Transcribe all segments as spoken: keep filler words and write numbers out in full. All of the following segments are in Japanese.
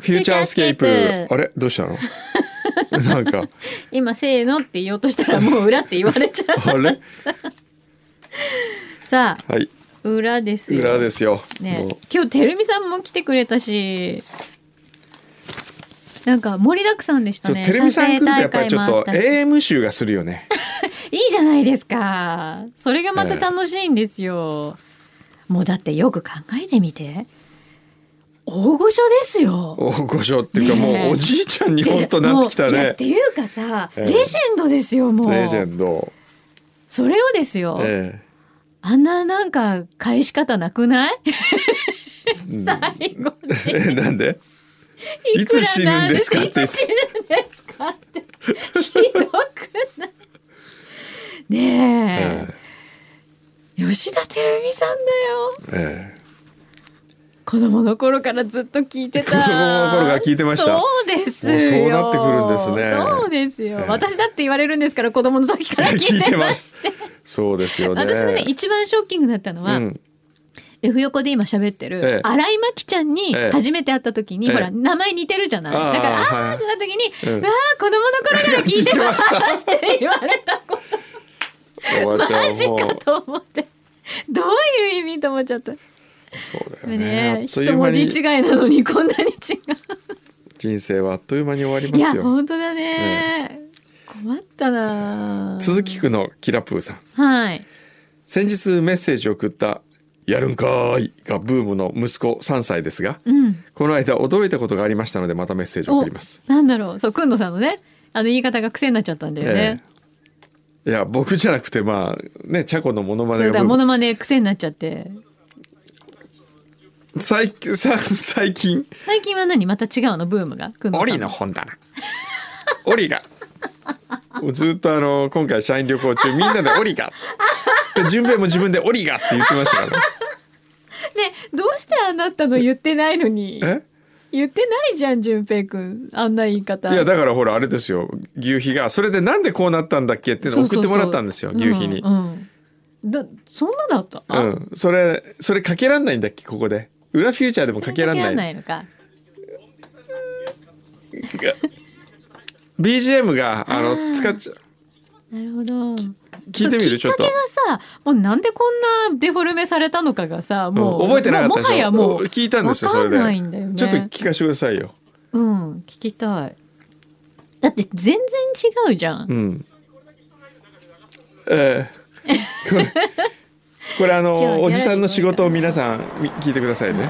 フューチャースケープ。あれどうしたのなんか今せーのって言おうとしたらもう裏って言われちゃうあれさあ、 はい、 裏ですよ。 裏ですよ、 ね、今日てるみさんも来てくれたし、なんか盛りだくさんでしたね。 てるみさん来るとやっぱりちょっと エーエム 集がするよねいいじゃないですか。それがまた楽しいんですよ、えー、もうだってよく考えてみて、大御所ですよ。 大御所っていうか、ね、もうおじいちゃんに本当なってきたね。 っていうかさ、えー、レジェンドですよ。もうレジェンド。 それをですよ、えー、あんななんか返し方なくない最後になんでいつ死ぬんですかって言って、いつ死ぬんですかってひどくないねえ、えー、吉田照美さんだよ、えー子供の頃からずっと聞いてた。 子供の頃から聞いてました。 そうですよ。 もうそうなってくるんですね。 そうですよ、えー、私だって言われるんですから、子供の時から聞いてましてそうですよね。 私のね一番ショッキングだったのは、うん、F 横で今喋ってる、えー、新井真紀ちゃんに初めて会った時に、えー、ほら名前似てるじゃない、えー、だからあーってなった時に、うん、わー子供の頃から聞いてましたって言われたことマジかと思って、どういう意味と思っちゃった。 そうだよね。 ね、一文字違いなのにこんなに違う。 人生はあっという間に終わりますよ。 いや本当だ ね, ね困ったな。 鈴木区のキラプーさん、 はい、 先日メッセージを送ったやるんかーいがブームの息子さんさいですが、うん、この間驚いたことがありましたのでまたメッセージを送ります。 なんだろう、そうくんのさんのねあの言い方が癖になっちゃったんだよね、 えー、いや僕じゃなくてまあねチャコのモノマネがそうだモノマネ癖になっちゃって最近さ最近最近は何また違うのブームがオリの本棚オリがずっとあの今回社員旅行中みんなでオリが順平も自分でオリがって言ってましたからね。 ねどうしてあなたの言ってないのにえ言ってないじゃん順平くんあんな言い方。 いやだからほらあれですよ、牛皮がそれでなんでこうなったんだっけっていうのを送ってもらったんですよ。牛皮に、うんうん、だそんなだった、 うん、それそれかけらんないんだっけここで裏フューチャーでもかけらんない。かけらんないのか。 ビージーエム があの使っちゃう。 なるほど。 聞いてみるちょっと。きっかけがさ、もうなんでこんなデフォルメされたのかがさ、もう、 うん、覚えてなかったでしょ。 もはやもう聞いたんですよそれで。 わかんないんだよね。 ちょっと聞かせてくださいよ。 うん、聞きたい。だって全然違うじゃん。うん。 えー、これこれあのおじさんの仕事を皆さん聞いてくださいね。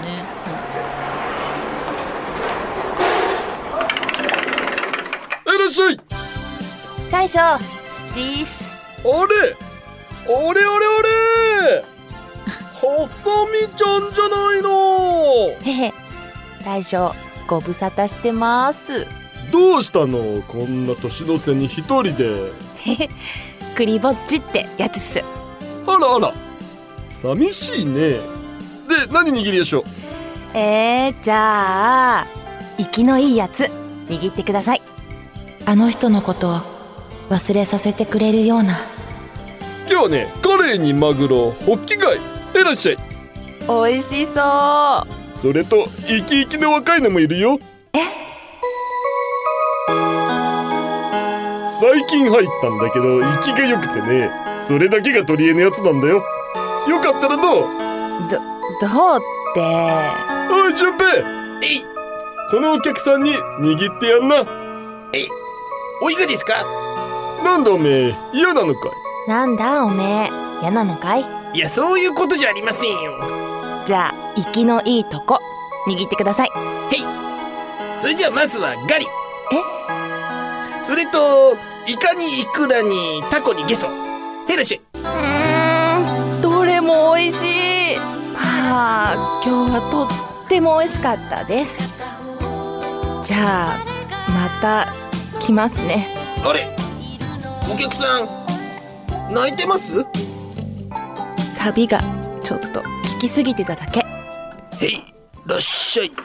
いらっしゃい大将ジース。 あれあれあれあれハサミちゃんじゃないの。 へへ大将ご無沙汰してます。 どうしたのこんな年の瀬に一人で。 へへクリぼっちってやつっす。 あらあら寂しいね。で何握りましょう。 えー、じゃあ生きのいいやつ握ってください。あの人のことを忘れさせてくれるような。 今日はねカレーにマグロホッキ貝いらっしゃい。 美味しそう。 それと生き生きの若いのもいるよ。 え最近入ったんだけど生きが良くてね、それだけが取り柄のやつなんだよ。よかったらどう？ ど、どうって。 おい順平、 えいこのお客さんに握ってやんな。 えいおいがですか。 なんだおめえ嫌なのかい。 なんだおめえ嫌なのかい。 いやそういうことじゃありませんよ。 じゃあ生きのいいとこ握ってください。 へいそれじゃあまずはガリ。 えそれとイカにイクラにタコにゲソヘルシー。うーんどれも美味しい。はあ今日はとっても美味しかったです。じゃあまた来ますね。 あれお客さん泣いてます？ サビがちょっと効きすぎてただけ。 へいらっしゃい。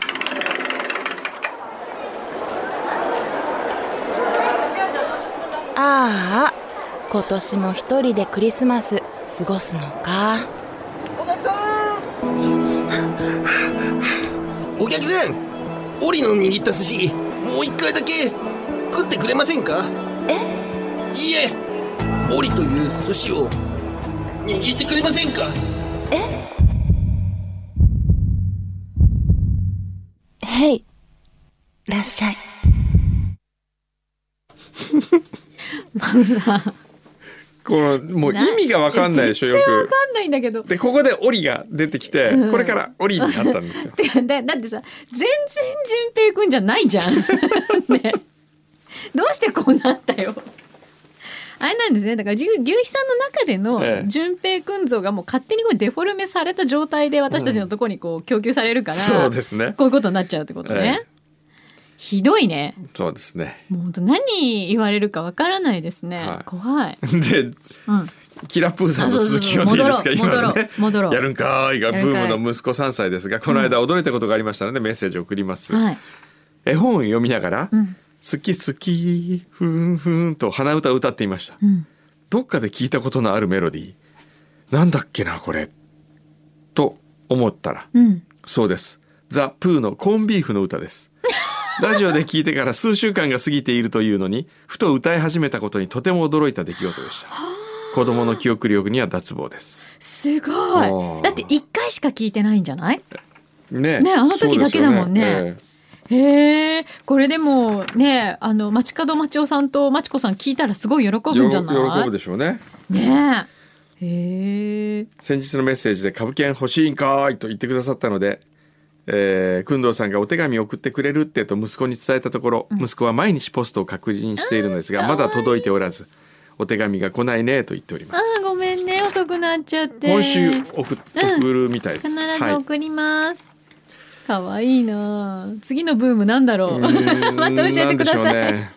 ああ今年も一人でクリスマス過ごすのか。 お客さんお客さんオリの握った寿司もう一回だけ食ってくれませんか？ え？ いいえ、オリという寿司を握ってくれませんか？ え？へい、らっしゃい。 このもう意味が分かんないでしょ。よく全然分かんないんだけど。 でここでオリが出てきて、うん、これからオリになったんですよ。 だ, だってさ全然淳平くんじゃないじゃん、ね、どうしてこうなったよ。あれなんですね。だから牛肥さんの中での淳平くん像がもう勝手にこうデフォルメされた状態で私たちのところにこう供給されるから、うん、 そうですね。 こういうことになっちゃうってことね、ええ、ひどいね。 そうですね。 もう本当何言われるかわからないですね、はい、怖い。 で、うん、キラプーさんの続きを見ていいですか？今のね、 戻ろうやるんかーいがブームの息子さんさいですが、この間驚いたことがありましたのでメッセージを送ります、はい、絵本を読みながら、うん、好き好きふんふんと鼻歌を歌っていました、うん、どっかで聞いたことのあるメロディーなんだっけなこれと思ったら、うん、そうです、ザ・プーのコンビーフの歌です。ラジオで聞いてから数週間が過ぎているというのにふと歌い始めたことにとても驚いた出来事でした。子供の記憶力には脱帽です。 すごい。だっていっかいしか聞いてないんじゃない？ ね、 ね、あの時だけだもんね。へえ、これでもね、あの町角町夫さんと町子さん聞いたらすごい喜ぶんじゃない？ 喜ぶでしょうね。 ねえ。へえ。 先日のメッセージで株券欲しいんかーいと言ってくださったので、えー、工藤さんがお手紙を送ってくれるってと息子に伝えたところ、うん、息子は毎日ポストを確認しているのですが、まだ届いておらず、お手紙が来ないねと言っております。 あ、ごめんね、遅くなっちゃって。 今週送ってくるみたいです、 うん、必ず送ります、はい、かわいいな。次のブームなんだろう。また教えてください、ね。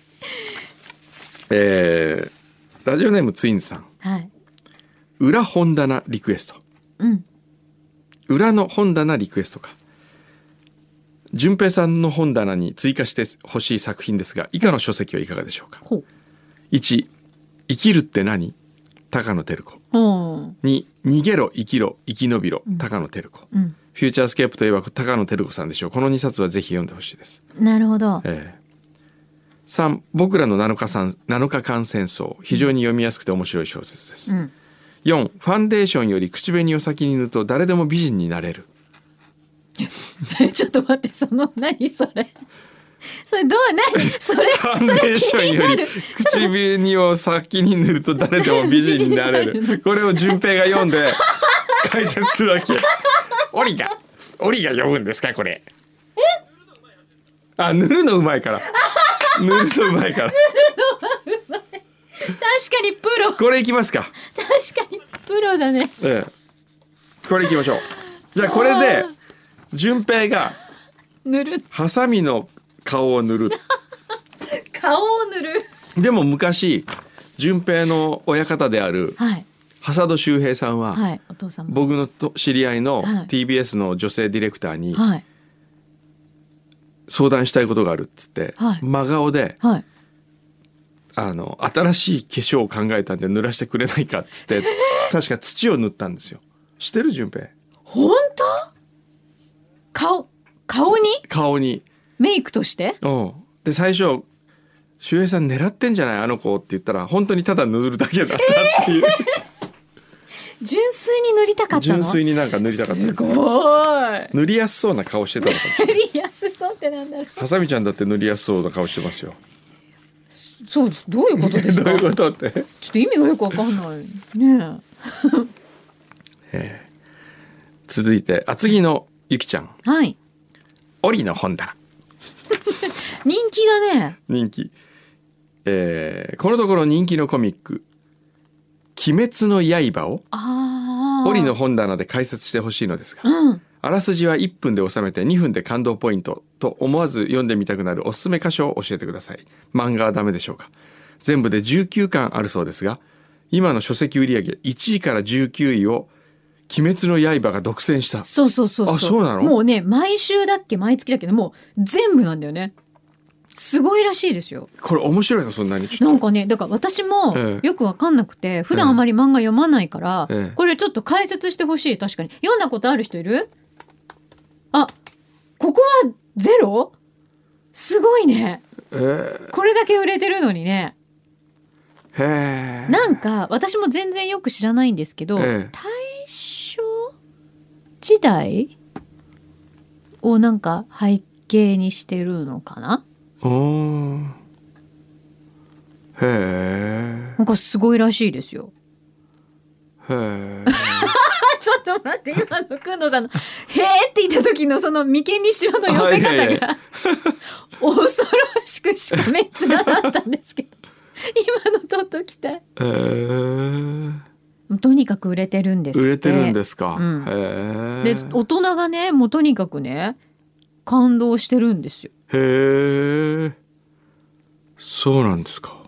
えー、ラジオネームツインズさん、はい、裏本棚リクエスト、うん、裏の本棚リクエストか。順平さんの本棚に追加してほしい作品ですが、以下の書籍はいかがでしょうか。いち、生きるって何？高野照子。に、逃げろ生きろ生き延びろ、うん、高野照子、うん、フューチャースケープといえば高野照子さんでしょう。このにさつはぜひ読んでほしいです。 なるほど、 えー、さん、僕らのなのか間戦争、非常に読みやすくて面白い小説です、うん、よん、ファンデーションより口紅を先に塗ると誰でも美人になれる。 ちょっと待って、その何それそれどう何それファンデーションより口紅を先に塗ると誰でも美人になれる。これを順平が読んで解説するわけ。オリがオリが読むんですかこれ。あ、塗るのうまいから塗るのうまいから塗るのはうまい。確かにプロ。 これいきますか。 確かにプロだね、 ええ、これいきましょう。じゃあこれで順平が塗る、 ハサミの顔を塗る顔を塗る。 でも昔順平の親方である、はい、浅戸周平さんは、はい、お父様、僕の知り合いの ティービーエス の女性ディレクターに、はい、相談したいことがあるっつって、はい、真顔で、はい、あの新しい化粧を考えたんで塗らしてくれないかっつって確か土を塗ったんですよ。知ってる順平？ 本当？顔顔に顔にメイクとして？ うん。で最初周平さん狙ってんじゃないあの子って言ったら本当にただ塗るだけだったっていう、えー、 純粋に塗りたかったの？ 純粋になんか塗りたかった。 すごい塗りやすそうな顔してたのかもしれない。 塗りやすそうってなんだろう。 ハサミちゃんだって塗りやすそうな顔してますよ。 そうです。どういうことですか？ どういうことってちょっと意味がよくわかんないねえ。 えー、続いて厚木のゆきちゃん、 はい、 オリの本棚人気だね。 人気、えー、このところ人気のコミック鬼滅の刃をオリの本棚で解説してほしいのですが、うん、あらすじはいっぷんで収めてにふんで感動ポイントと思わず読んでみたくなるおすすめ箇所を教えてください。漫画はダメでしょうか？全部でじゅうきゅうかんあるそうですが、今の書籍売上いちいからじゅうきゅういを鬼滅の刃が独占した。 そうそうそうそう。 あ、そうなの？ もうね、毎週だっけ毎月だっけどもう全部なんだよね。すごいらしいですよ。 これ面白いのそんなに。ちょっとなんかね、だから私もよくわかんなくて、ええ、普段あまり漫画読まないから、ええ、これちょっと解説してほしい。確かに読んだことある人いる？あ、ここはゼロ？すごいね、 えー、 これだけ売れてるのにね。 へー。 なんか私も全然よく知らないんですけど、 えー、 大正時代をなんか背景にしてるのかな。 おー、へー。 なんかすごいらしいですよ。 へー。 ちょっと待って、今のくんのさんの「へーって言った時のその眉間にしわの寄せ方が、はいはいはい、恐ろしくしかめっ面だったんですけど今のとっときたい。 えー、 とにかく売れてるんですって。 売れてるんですか、 うん、 へー。 で大人がねもうとにかくね感動してるんですよ。 へー、そうなんですか。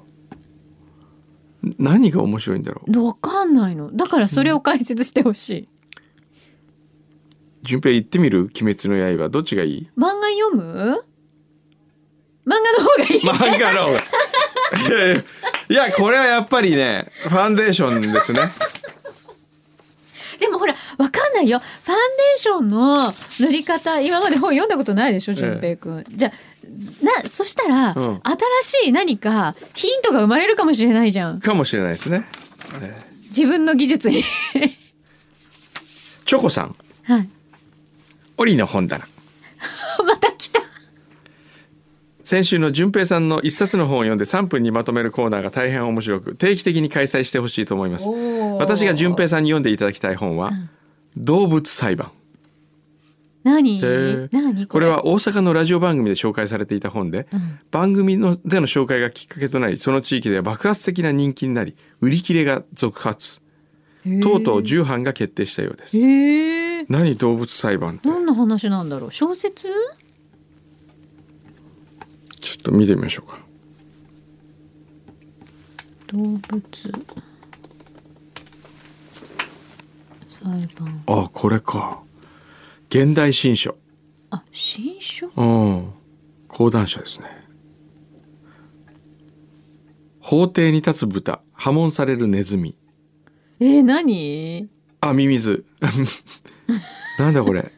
何が面白いんだろう。 わかんないの。だからそれを解説してほしい。 順平言ってみる？鬼滅の刃どっちがいい？ 漫画読む？漫画の方がいい。 漫画の方がいやいや、いやこれはやっぱりねファンデーションですね。 でもほらわかんないよ。ファンデーションの塗り方今まで本読んだことないでしょ順平くん、ええ、じゃあなそしたら、うん、新しい何かヒントが生まれるかもしれないじゃん。 かもしれないですね、ええ、 自分の技術にチョコさん、 はい、 折の本棚また来た。 先週の順平さんの一冊の本を読んでさんぷんにまとめるコーナーが大変面白く定期的に開催してほしいと思います。私が順平さんに読んでいただきたい本は、うん、動物裁判。 何？何これは大阪のラジオ番組で紹介されていた本で、うん、番組のでの紹介がきっかけとなりその地域では爆発的な人気になり売り切れが続発、とうとうじゅうはんが決定したようです。 へー。 何動物裁判ってどんな話なんだろう。小説？ ちょっと見てみましょうか。 動物裁判。 あ、これか。現代新書。 あ、新書？ うん。講談社ですね。法廷に立つ豚、破門されるネズミ。 えー、何？ あ、ミミズ。なんだこれ。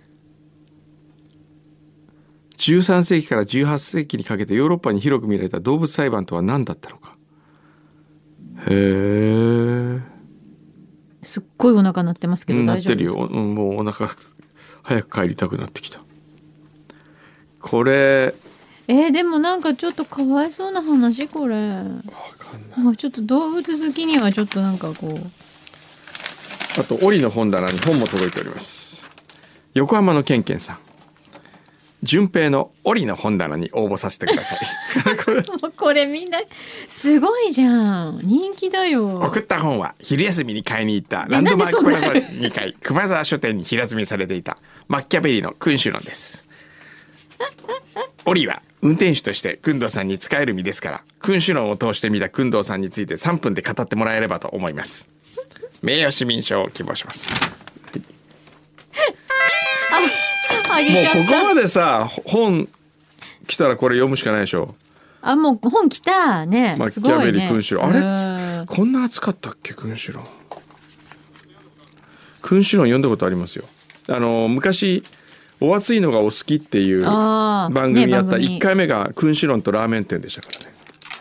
じゅうさんせいきからじゅうはっせいきにかけてヨーロッパに広く見られた動物裁判とは何だったのか。へー。 すっごいお腹鳴ってますけど大丈夫ですか？ 鳴ってるよ。もうお腹早く帰りたくなってきた。これえー、でもなんかちょっとかわいそうな話これ。わかんない。ちょっと動物好きにはちょっとなんかこう。 あと折の本棚に本も届いております。横浜のケンケンさん。順平の折の本棚に応募させてください。 これもうこれみんなすごいじゃん。人気だよ。 送った本は昼休みに買いに行ったランドマークプラザにかい熊沢書店に平積みされていたマッキャベリの君主論です。折は運転手として工藤さんに仕える身ですから君主論を通してみた工藤さんについてさんぷんで語ってもらえればと思います。名誉市民賞を希望します。 はい、 もうここまでさ本来たらこれ読むしかないでしょ。 あ、もう本来たね。 マッキャベリ君主論、ね、あれこんな熱かったっけ君主論。君主論読んだことありますよ。あの昔お熱いのがお好きっていう番組やったいっかいめが君主論とラーメン店でしたからね。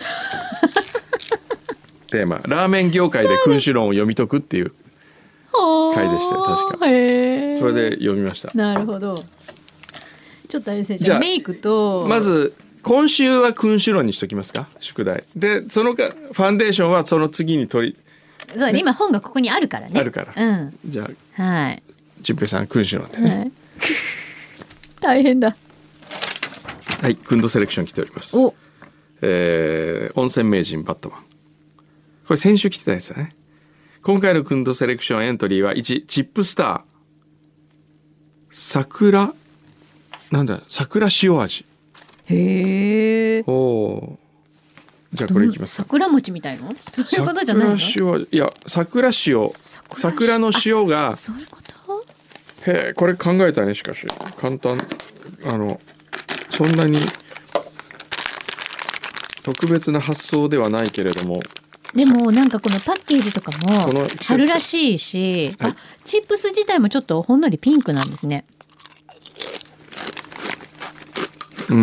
テーマラーメン業界で君主論を読み解くっていう回でしたよ確か。へそれで読みました。 なるほど。ちょっとあれですね。じゃあメイクとまず今週は君主論にしときますか宿題で、そのかファンデーションはその次に取りそう、ね、今本がここにあるからね。 あるから、うん、じゃあはい純平さん君主論でね、はい、 大変だ。 はい、クンドセレクション来ております。お、えー、温泉名人バットマン。これ先週来てたやつだね。今回のクンドセレクションエントリーはいちチップスター桜なんだ桜塩味。 へえ。 おじゃあこれいきますか。 桜餅みたいのそういうことじゃないの。 桜塩いや桜塩桜の塩がそういうこと。 へえこれ考えたね。しかし簡単あのそんなに特別な発想ではないけれども。 でもなんかこのパッケージとかも春らしいし、はい、あチップス自体もちょっとほんのりピンクなんですね。 うん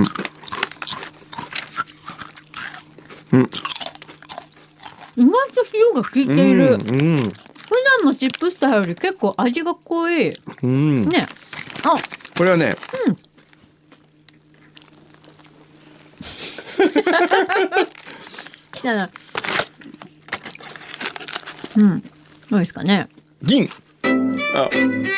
うん、 意外と塩が効いている、うんうん、普段のチップスターより結構味が濃い、うん、ね。あ、 これはね、うん、 来たな。うん、どうですかね。 銀。あ、あ、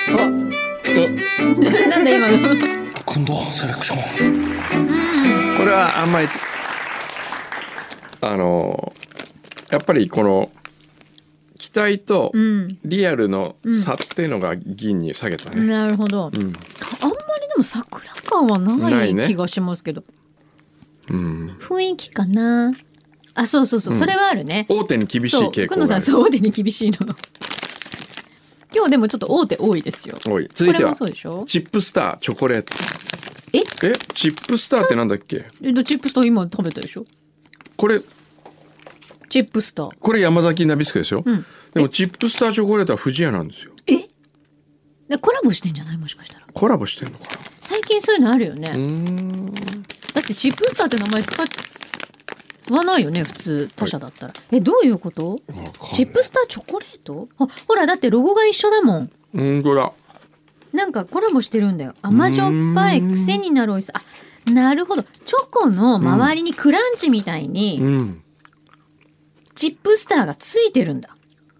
なんだ今の。 今度セレクション。 これはあんまりあのやっぱりこの期待とリアルの差っていうのが銀に下げたね。 うん、なるほど、うん。あんまりでも桜感はない気がしますけど。うん、雰囲気かな。あ、そうそうそう、うん、それはあるね。 大手に厳しい傾向がある。 久野さん、そう大手に厳しいの。今日でもちょっと大手多いですよ。 多い。続いてはチップスターチョコレート。 え？ え？チップスターってなんだっけ？ えっとチップスター今食べたでしょ。 これチップスター。 これ山崎ナビスクでしょ。うん、でもチップスターチョコレートは不二家なんですよ。 え？でコラボしてんじゃない？もしかしたら。 コラボしてんのかな。 最近そういうのあるよね。うーん。だってチップスターって名前使わないよね普通他社だったら。え、どういうこと？チップスターチョコレート？あ、ほらだってロゴが一緒だもん。 うんとだ。 なんかコラボしてるんだよ。甘じょっぱい癖になるおいしさ。あ、なるほど。チョコの周りにクランチみたいに、うん、チップスターがついてるんだ。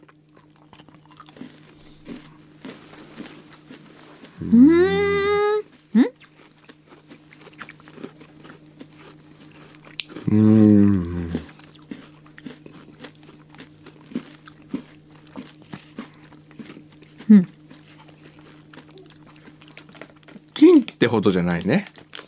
うーん。ん？ うーん。 うん。 金ってほどじゃないね。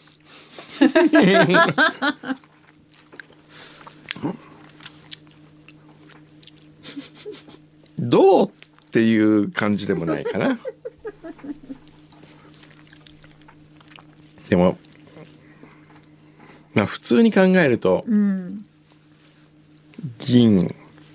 どうっていう感じでもないかな。でもまあ普通に考えると、うん、銀、うん、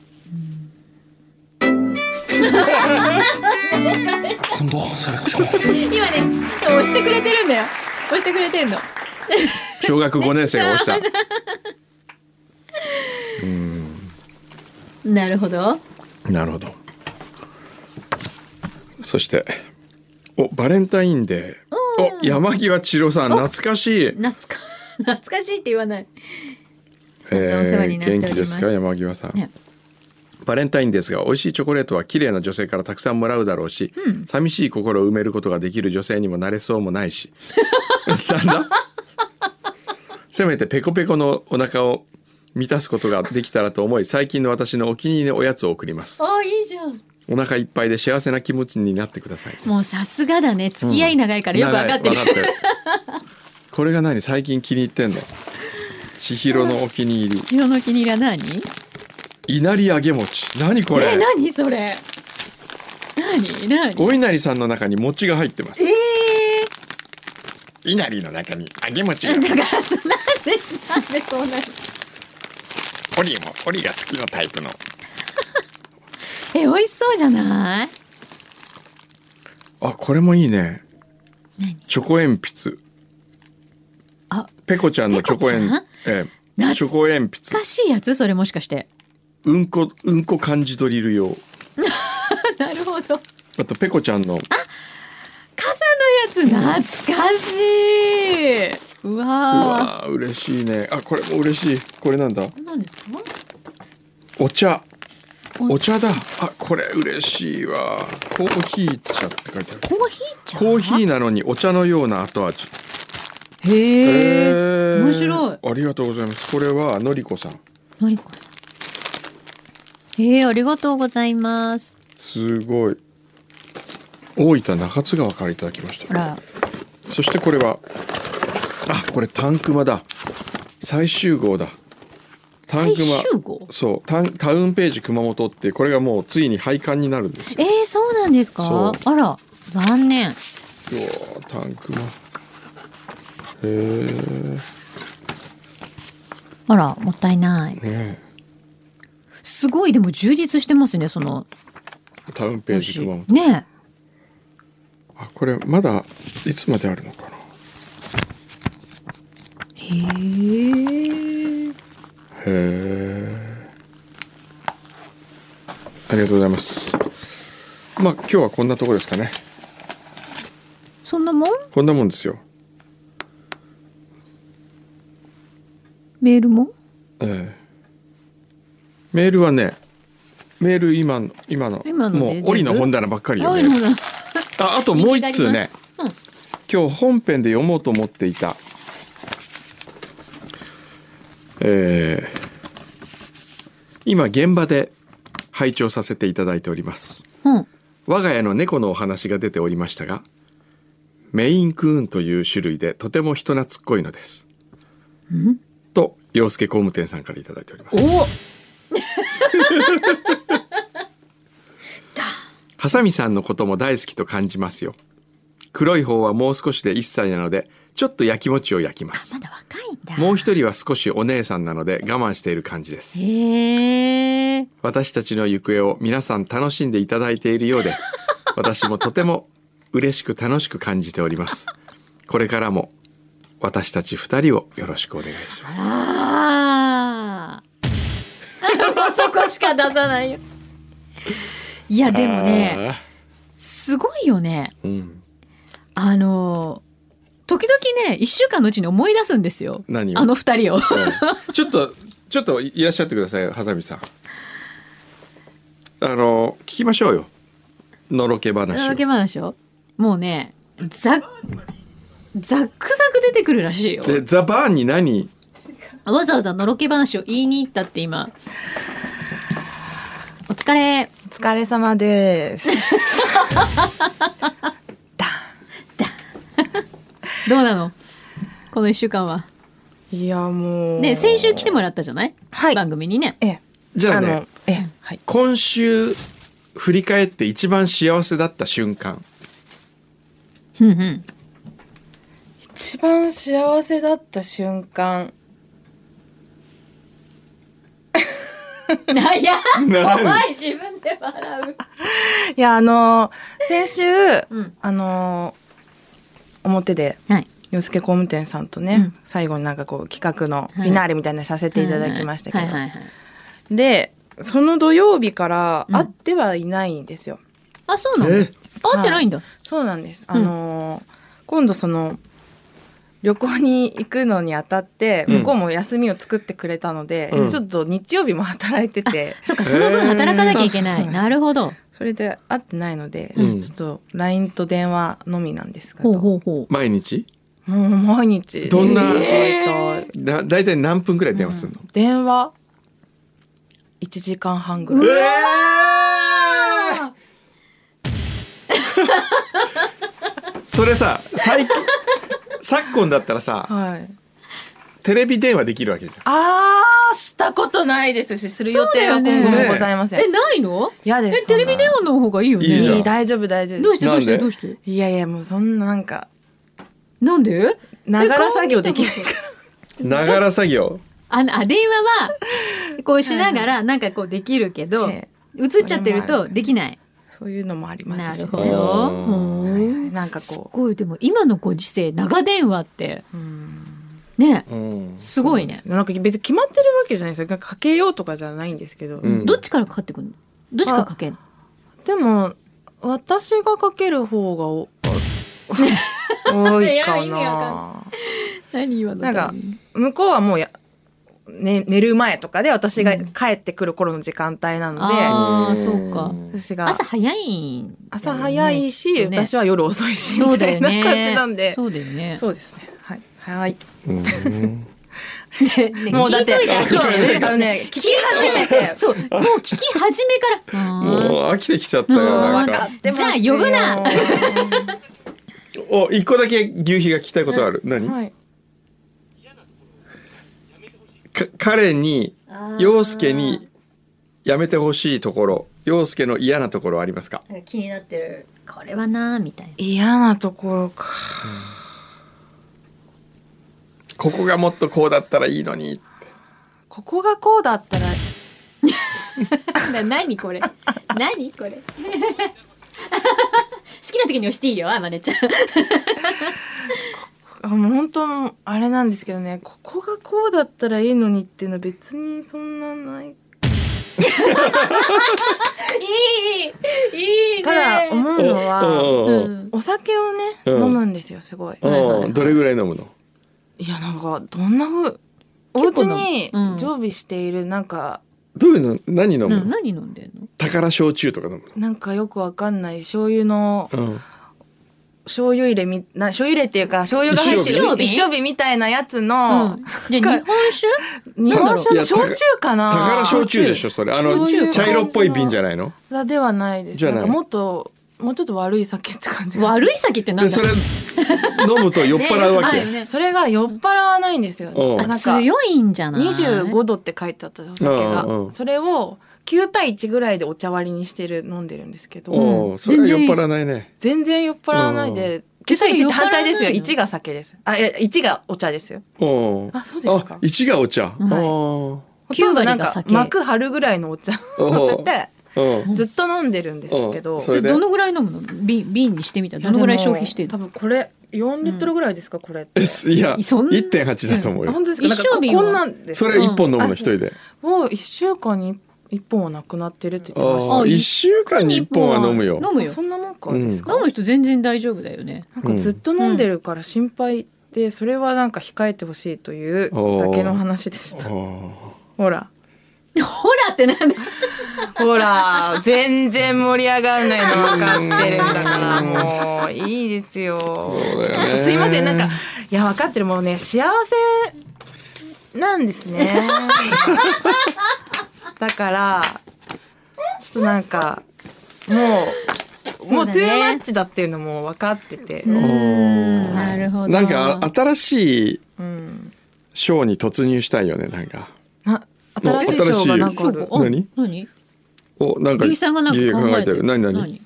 今度セレクション。 今ね押してくれてるんだよ。押してくれてんの。 小学ごねん生が押した。うん、 なるほど。 なるほど。そしておバレンタインデー。お山際千尋さん懐かしい。 懐か懐かしいって言わない。 えー、お世話になっております。元気ですか山際さん、ね。バレンタインですが美味しいチョコレートは綺麗な女性からたくさんもらうだろうし、うん、寂しい心を埋めることができる女性にもなれそうもないし。なんだせめてペコペコのお腹を満たすことができたらと思い最近の私のお気に入りのおやつを送ります。 あ、いいじゃん。 お腹いっぱいで幸せな気持ちになってください。 もうさすがだね。付き合い長いからよく分かってる。うん、分かってる。 これが何最近気に入ってんの？千尋のお気に入り。 千尋のお気に入りは何？ いなり揚げ餅。何これ？ え、何それ？何？何？ お稲荷さんの中に餅が入ってます。 えー、稲荷の中に揚げ餅が。 だからなんでなんでそうなる？ オリもオリが好きなタイプの。 え、美味しそうじゃない？ あ、これもいいね。チョコ鉛筆。 あ、 ペコちゃんのチョコ鉛筆。ええ、チョコ鉛筆。 懐かしいやつ？それもしかして。 うんこうんこ漢字ドリル用。 なるほど。 あとペコちゃんの。あ、 傘のやつ懐かしい。うわー。うわー嬉しいね。あ、これも嬉しい。これなんだ？ 何ですか？ お茶。お茶だ。あ、これ嬉しいわ。コーヒー茶って書いてある。 コーヒー茶？ コーヒーなのにお茶のような後味。 へえ、えー、面白い。 ありがとうございます。これはのりこさん。 のりこさん。えー、ありがとうございます。 すごい。大分中津川からいただきました。 あら。 そしてこれは、あ、これタンクマだ。最終号だ。タンクマ。 最終号？ そう、タン、タウンページ熊本ってこれがもうついに廃刊になるんですよ。 えー、そうなんですか？あら、残念。 うわ、タンクマ。へー。 あら、もったいない。 ね、 すごいでも充実してますね、そのタウンページ熊本。 ね。 あ、これまだいつまであるのかな。 へえ。 へえ。ありがとうございます。まあ今日はこんなところですかね。 そんなもん？ こんなもんですよ。 メールも？ ええ。メールはね、メール今の今の今のもう折の本棚ばっかりよね。あ、あともう一通ね。うん、今日本編で読もうと思っていた、えー、今現場で拝聴させていただいております。うん、我が家の猫のお話が出ておりましたが、メインクーンという種類でとても人懐っこいのです。んと陽介工務店さんからいただいております。おハサミさんのことも大好きと感じますよ。黒い方はもう少しでいっさいなのでちょっと焼き餅を焼きます。 まだ若いんだ。 もう一人は少しお姉さんなので我慢している感じです。 へー。 私たちの行方を皆さん楽しんでいただいているようで私もとても嬉しく楽しく感じております。これからも私たち二人をよろしくお願いします。 ああそこしか出さないよ。いやでもねすごいよね、うん、あの時々ねいっしゅうかんのうちに思い出すんですよ。 何を？ あの二人を、うん、 ちょっとちょっといらっしゃってください。はさみさん、あの聞きましょうよ、のろけ話を。 のろけ話をもうねざザックザク出てくるらしいよ。 でザバーンに何わざわざのろけ話を言いに行ったって今。お疲れ。 お疲れ様です。 どうなのこのいっしゅうかんは。 いやもうね、先週来てもらったじゃない、 はい、 番組にね。 ええ、 じゃあね、あのええ、はい、 今週振り返って一番幸せだった瞬間。 ふんふん。 一番幸せだった瞬間。 いや怖い、自分で笑う。 いやあの先週、うん、あの表で、はい、洋介工務店さんとね、うん、最後になんかこう企画のフィナーレみたいなのさせていただきましたけど、でその土曜日から会ってはいないんですよ。 うん、あ、そうなの？会ってないんだ。 そうなんです。あのーうん、今度その旅行に行くのにあたって向こうも休みを作ってくれたので、うん、ちょっと日曜日も働いてて、 そうか、その分働かなきゃいけない。なるほど。 それで会ってないので、うん、ちょっと ライン と電話のみなんですけど。 ほうほうほう。 毎日？ もう毎日。 どんな、えー、だ, だいたい何分ぐらい電話するの？うん、 電話いちじかんはんぐらい。 えー、それさ、最近昨今だったらさ、はい、テレビ電話できるわけじゃん。 あー、したことないですし、する予定は今後もございません。 ね、え、ないの？ 嫌です。 え、テレビ電話の方がいいよね。 いいじゃん。大丈夫大丈夫。 どうしてどうしてどうして？ いやいや、もうそんななんかなんで？ ながら作業できないから。 ながら作業。 あのあ電話はこうしながらなんかこうできるけど、映っちゃってるとできない。 そういうのもありますし、ね。 なるほど。うん、 なんかこう。 すごいでも今のご時世長電話ってね、すごいね。 なんか別に決まってるわけじゃないですよ。かけようとかじゃないんですけど。 うん、どっちからかかってくるの？どっちからかけるの？ でも私がかける方がお多いかな。 何今の？ なんか向こうはもうや。ね、寝る前とかで私が帰ってくる頃の時間帯なので、うん、 ああそうか。 私が朝早い、ね、 朝早いし、ね、私は夜遅いしみたいな感じなんで、 そうだよね。 そうですね。はいはい。うんね、 もうだってあのね聞き始めて、 そうもう聞き始めから、 もう飽きてきちゃったよ。なんかじゃあ呼ぶな。 お、一個だけ牛皮が聞きたいことある。うん、何？はい。彼に陽介にやめてほしいところ、陽介の嫌なところありますか？ 気になってるこれはなみたいな。 嫌なところか、 うん、ここがもっとこうだったらいいのにって。 ここがこうだったらな何これ何これ好きな時に押していいよ、あまねちゃん。 あもう本当あれなんですけどね、ここがこうだったらいいのにっていうのは別にそんなないいいいいね。 ただ思うのは、うん、お酒をね、うん、飲むんですよすごい、 はいはいはい、どれぐらい飲むの？ いやなんかどんなふうお家に常備しているなんか、 うん、どういうの何飲むの？ 何飲んでんの？ 宝焼酎とか飲むの？ なんかよくわかんない醤油の、うん醤油入れみな醤油入れっていうか醤油が入ってる一升瓶みたいなやつの、 うん、じゃ日本酒日本酒の焼酎かな。 宝焼酎でしょそれ。あの茶色っぽい瓶じゃないの？ ではないです。なんかもっともうちょっと悪い酒って感じ。 悪い酒って何だ？ それ飲むと酔っ払うわけ、ねね、 それが酔っ払わないんですよ、ね、 なんか強いんじゃない？ にじゅうごどって書いてあったお酒が、それをきゅうたいいちぐらいでお茶割りにしてる飲んでるんですけど、 うん、それは酔っ払わないね。 全然酔っ払わないで、きゅうたいいちって反対ですよ。いちが酒です。あ、いちがお茶ですよ。あ、そうですか。 いちがお茶。はい、 ほとんどなんか膜張るぐらいのお茶を乗せてずっと飲んでるんですけど、 それどのぐらい飲むの？瓶瓶にしてみたらどのぐらい消費してる？ 多分これよんリットルぐらいですか、これって。 いや いってんはち だと思うよ。 本当ですか？なんかこんなんです。 それいっぽん飲むの一人で。 もういっしゅうかんにいっぽんはなくなってるって言ってました。 あ、いっしゅうかんにいっぽんは飲むよ。 飲むよ。 そんなもんかですか？ 飲む人全然大丈夫だよね。 なんかずっと飲んでるから心配で、それはなんか控えてほしいというだけの話でした。ほら。 ほらってなんだ。 ほら全然盛り上がんないの分かってるんだからもういいですよ。 そうだよね。 すいませんなんかいや分かってるもうね幸せなんですね。だからちょっとなんかもうもうトゥーマッチだっていうのも分かってて、 うん、なるほど。 なんか新しいショーに突入したいよね。なんかな新しいショーがなんかある。 何？ 何？ お、なんかリーさんがなんか考えてる。 何何？何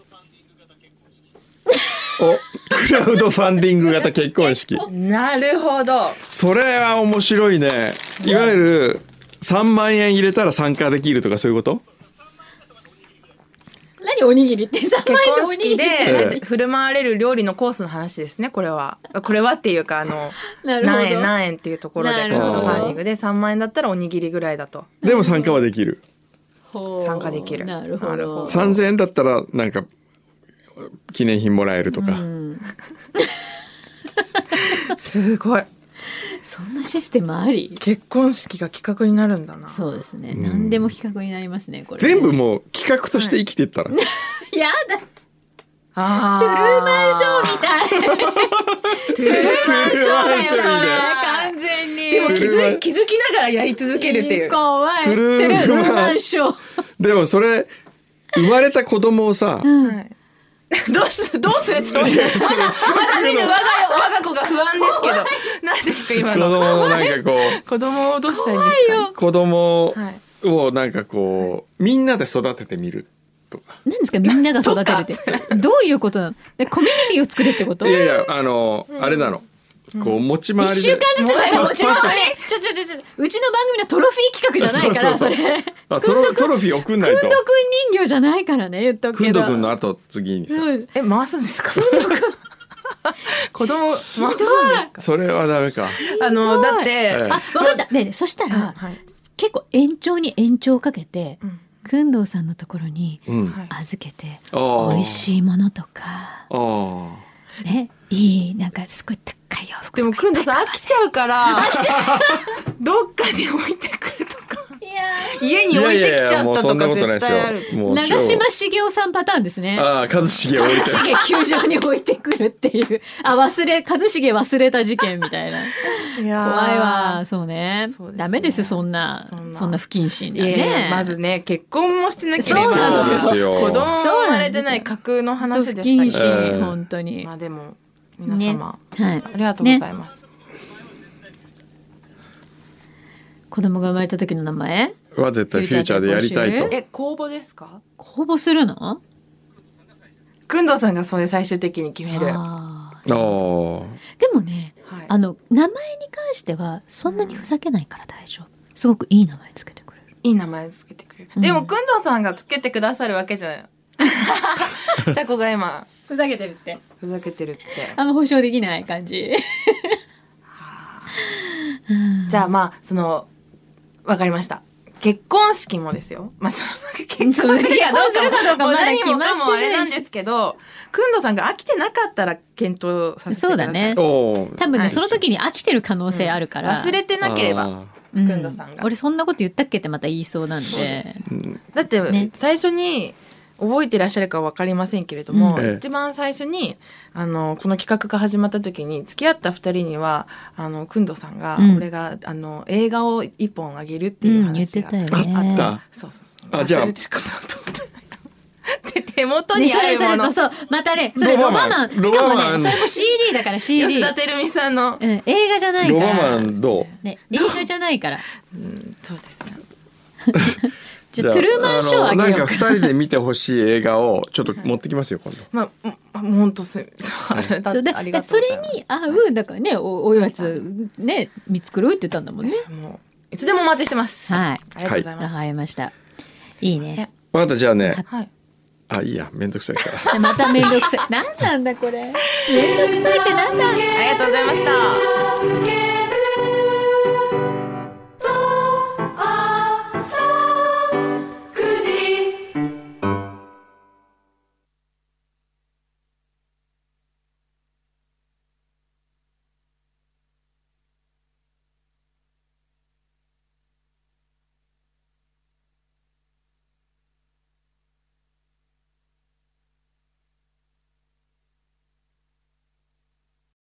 お、クラウドファンディング型結婚式。 なるほど。 それは面白いね。いわゆるさんまんえん入れたら参加できるとかそういうこと？ 何おにぎりってさんまんえんのおにぎりで振る舞われる料理のコースの話ですね。これはこれはっていうかあの何円何円っていうところでクラウドファンディングでさんまんえんだったらおにぎりぐらいだと。 でも参加はできる。 参加できる。 なるほど。 さんぜんえんだったらなんか記念品もらえるとか。うん、 すごい。 そんなシステムあり？ 結婚式が企画になるんだな。 そうですね。うん、何でも企画になりますね。これね全部もう企画として生きていったら。はい、 やだ。あトゥルーマンショーみたい。トゥルーマンショーだよそれ完全に。 でも気づ気づきながらやり続けるっていう。 怖い。 トゥルーマンショー。でもそれ生まれた子供をさ。うん、 どうすどうするつもり？まだまだ見る我が我が子が不安ですけど。何ですか今の。 子供のなんかこう。 子供をどうしたいんですか？ 子供をなんかこうみんなで育ててみる。 何ですかみんなが育てるってどういうことなの？でコミュニティを作るってこと？ いやいやあの、うん、あれなのこう持ち回りで一週間ずつ持ち回りちょちょちょちょうちの番組のトロフィー企画じゃないからそれあトロトロフィー送んないとくんどくん人形じゃないからね言っとくけどくんどくんの後次にさえ回すんですかくんどくん子供回すんですか？ それはダメかあのだって、ええ、 あ分かったねえそしたら、はい、結構延長に延長をかけて、うんくんどうさんのところに預けて、うん、美味しいものとか、ね、いいなんかすごい高い洋服とかでもくんどうさん飽きちゃうからどっかに置いてくるとかいや家に置いてきちゃったとか絶対ある。 長嶋茂雄さんパターンですね。 ああ一茂置いて一茂球場に置いてくるっていうあ忘れ一茂忘れた事件みたいないや怖いわそうね。そうですねダメですそんなそんな、そんな不謹慎だね。いやいやまずね結婚もしてなければそうですよ子供も生まれてない架空の話でしたけど、 不謹慎本当に。 まあでも皆様、 ねはい、 ありがとうございます、ね、 子供が生まれた時の名前は絶対フューチャーでやりたいと。 え公募ですか？ 公募するの？ くんどうさんがそれ最終的に決める。 ああでもね、はい、あの名前に関してはそんなにふざけないから大丈夫、うん、すごくいい名前つけてくれる。 いい名前つけてくれる、うん、でもくんどうさんがつけてくださるわけじゃないちゃこが今ふざけてるってふざけてるってあんま保証できない感じじゃあまあそのわかりました。結婚式もですよ。まあ、その結婚するかどうかも何もかもあれなんですけど、くんどさんが飽きてなかったら検討させてください。 そうだね。多分ね、はい、その時に飽きてる可能性あるから。 うん、忘れてなければ、くんどさんが、 うん。俺そんなこと言ったっけってまた言いそうなんで。でだって、ね、最初に覚えていらっしゃるか分かりませんけれども、うん、一番最初にあのこの企画が始まった時に付き合ったふたりにはあのくんどさんが、うん、俺があの映画を一本あげるっていう話が、うん、 言ってたよね。 あった。 そうそうそう。あ、じゃあ忘れてるかなと思って手元にあるもの、 ね、それそれそうそうまたねそれロバマンしかもねそれも シーディー だから シーディー吉田照美さんの、 うん、映画じゃないからロバマンどう、 ね、映画じゃないから、 うん、そうですねじゃあトゥルーマンショーあげようか。 なんかふたりで見てほしい映画をちょっと持ってきますよ今度。 まあ本当すあれだってありがとうございます。 それに合うだからね お, おやつね見繕うって言ったんだもんね。 もういつでもお待ちしてます。 はい。 ありがとうございます。 わ、はい、かりました。いいね。 わかったじゃあね。 はい。 あいいやめんどくさいから。 まためんどくさい。なんなんだこれ。めんどくさいってなんだ。ありがとうございました。